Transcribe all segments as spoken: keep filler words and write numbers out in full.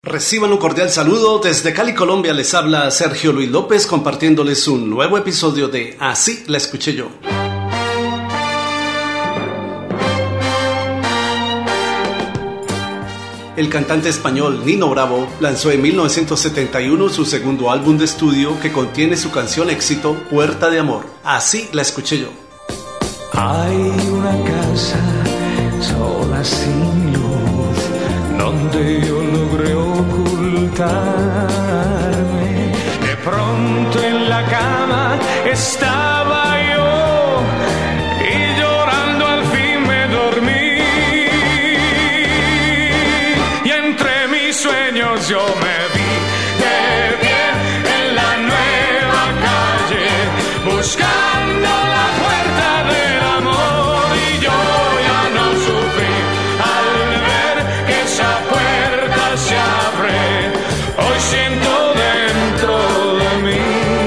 Reciban un cordial saludo. Desde Cali, Colombia, les habla Sergio Luis López compartiéndoles un nuevo episodio de Así la escuché yo. El cantante español Nino Bravo lanzó en mil novecientos setenta y uno su segundo álbum de estudio que contiene su canción éxito Puerta de Amor. Así la escuché yo. Hay una casa sola sin luz donde yo logré ocultarme. De pronto en la cama estaba yo y llorando al fin me dormí. Y entre mis sueños yo me vi de pie en la nueva calle buscando la puerta del amor. Y yo ya no sufrí al ver que esa puerta se abre. Hoy siento dentro de mí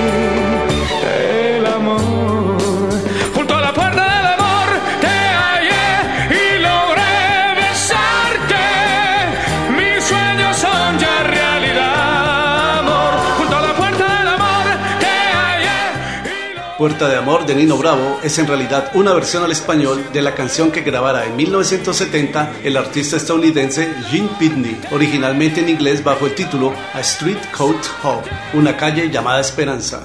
el amor. Junto a la puerta del amor te hallé y logré besarte. Mis sueños son ya realidad, amor. Junto a la puerta del amor te hallé y logré... Puerta de Amor de Nino Bravo es en realidad una versión al español de la canción que grabara en mil novecientos setenta el artista estadounidense Gene Pitney, originalmente en inglés bajo el título A Street Called Hope, una calle llamada Esperanza.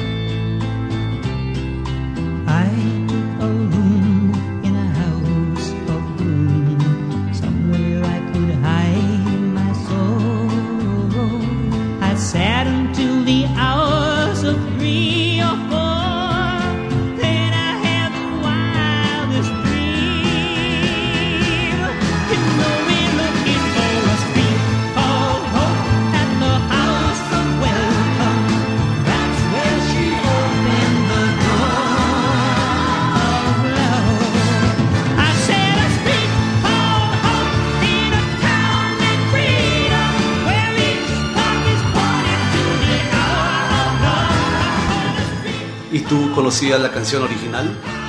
I took a room in a house of gloom, somewhere I could hide my sorrow. I sat until the hours of three or four, then I had the wildest dream. You know we're looking for a street called Hope at the house of welcome. That's where she opened the door of love. I said a street called Hope in a town named Freedom, where each clock is pointed to the hour of love. ¿Y tú conocías la canción original?